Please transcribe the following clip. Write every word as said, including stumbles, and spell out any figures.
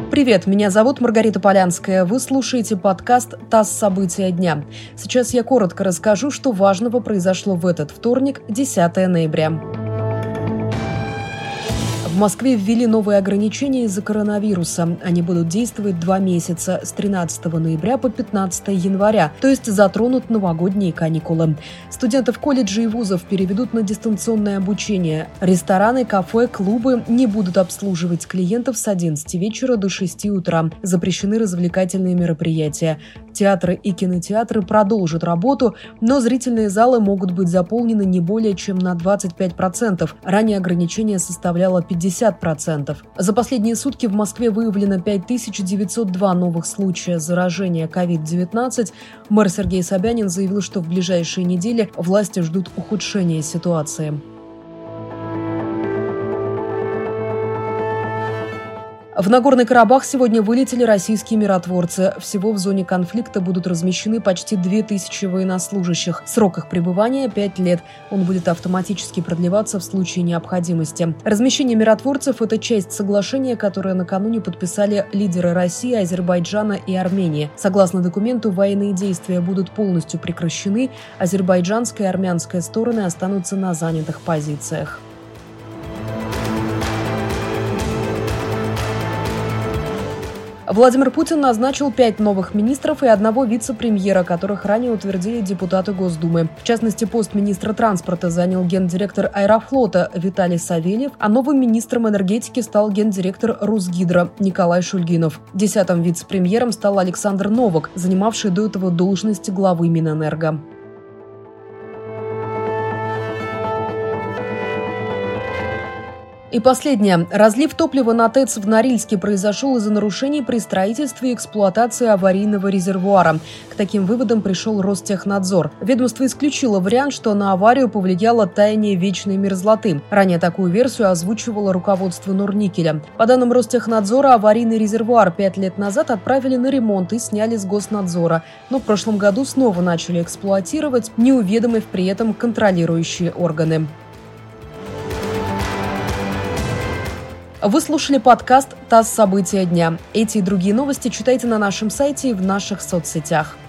Привет, меня зовут Маргарита Полянская. Вы слушаете подкаст «ТАСС. События дня». Сейчас я коротко расскажу, что важного произошло в этот вторник, десятое ноября. В Москве ввели новые ограничения из-за коронавируса. Они будут действовать два месяца, с тринадцатого ноября по пятнадцатое января, то есть затронут новогодние каникулы. Студентов колледжей и вузов переведут на дистанционное обучение. Рестораны, кафе, клубы не будут обслуживать клиентов с одиннадцати вечера до шести утра. Запрещены развлекательные мероприятия. Театры и кинотеатры продолжат работу, но зрительные залы могут быть заполнены не более чем на двадцать пять процентов. Ранее ограничение составляло пятьдесят процентов. За последние сутки в Москве выявлено пять тысяч девятьсот два новых случая заражения ковид девятнадцать. Мэр Сергей Собянин заявил, что в ближайшие недели власти ждут ухудшения ситуации. В Нагорный Карабах сегодня вылетели российские миротворцы. Всего в зоне конфликта будут размещены почти две тысячи военнослужащих. Срок их пребывания – пять лет. Он будет автоматически продлеваться в случае необходимости. Размещение миротворцев – это часть соглашения, которое накануне подписали лидеры России, Азербайджана и Армении. Согласно документу, военные действия будут полностью прекращены. Азербайджанская и армянская стороны останутся на занятых позициях. Владимир Путин назначил пять новых министров и одного вице-премьера, которых ранее утвердили депутаты Госдумы. В частности, пост министра транспорта занял гендиректор Аэрофлота Виталий Савельев, а новым министром энергетики стал гендиректор Русгидро Николай Шульгинов. Десятым вице-премьером стал Александр Новак, занимавший до этого должность главы Минэнерго. И последнее. Разлив топлива на ТЭЦ в Норильске произошел из-за нарушений при строительстве и эксплуатации аварийного резервуара. К таким выводам пришел Ростехнадзор. Ведомство исключило вариант, что на аварию повлияло таяние вечной мерзлоты. Ранее такую версию озвучивало руководство Норникеля. По данным Ростехнадзора, аварийный резервуар пять лет назад отправили на ремонт и сняли с Госнадзора. Но в прошлом году снова начали эксплуатировать, не уведомив при этом контролирующие органы. Вы слушали подкаст «ТАСС. События дня». Эти и другие новости читайте на нашем сайте и в наших соцсетях.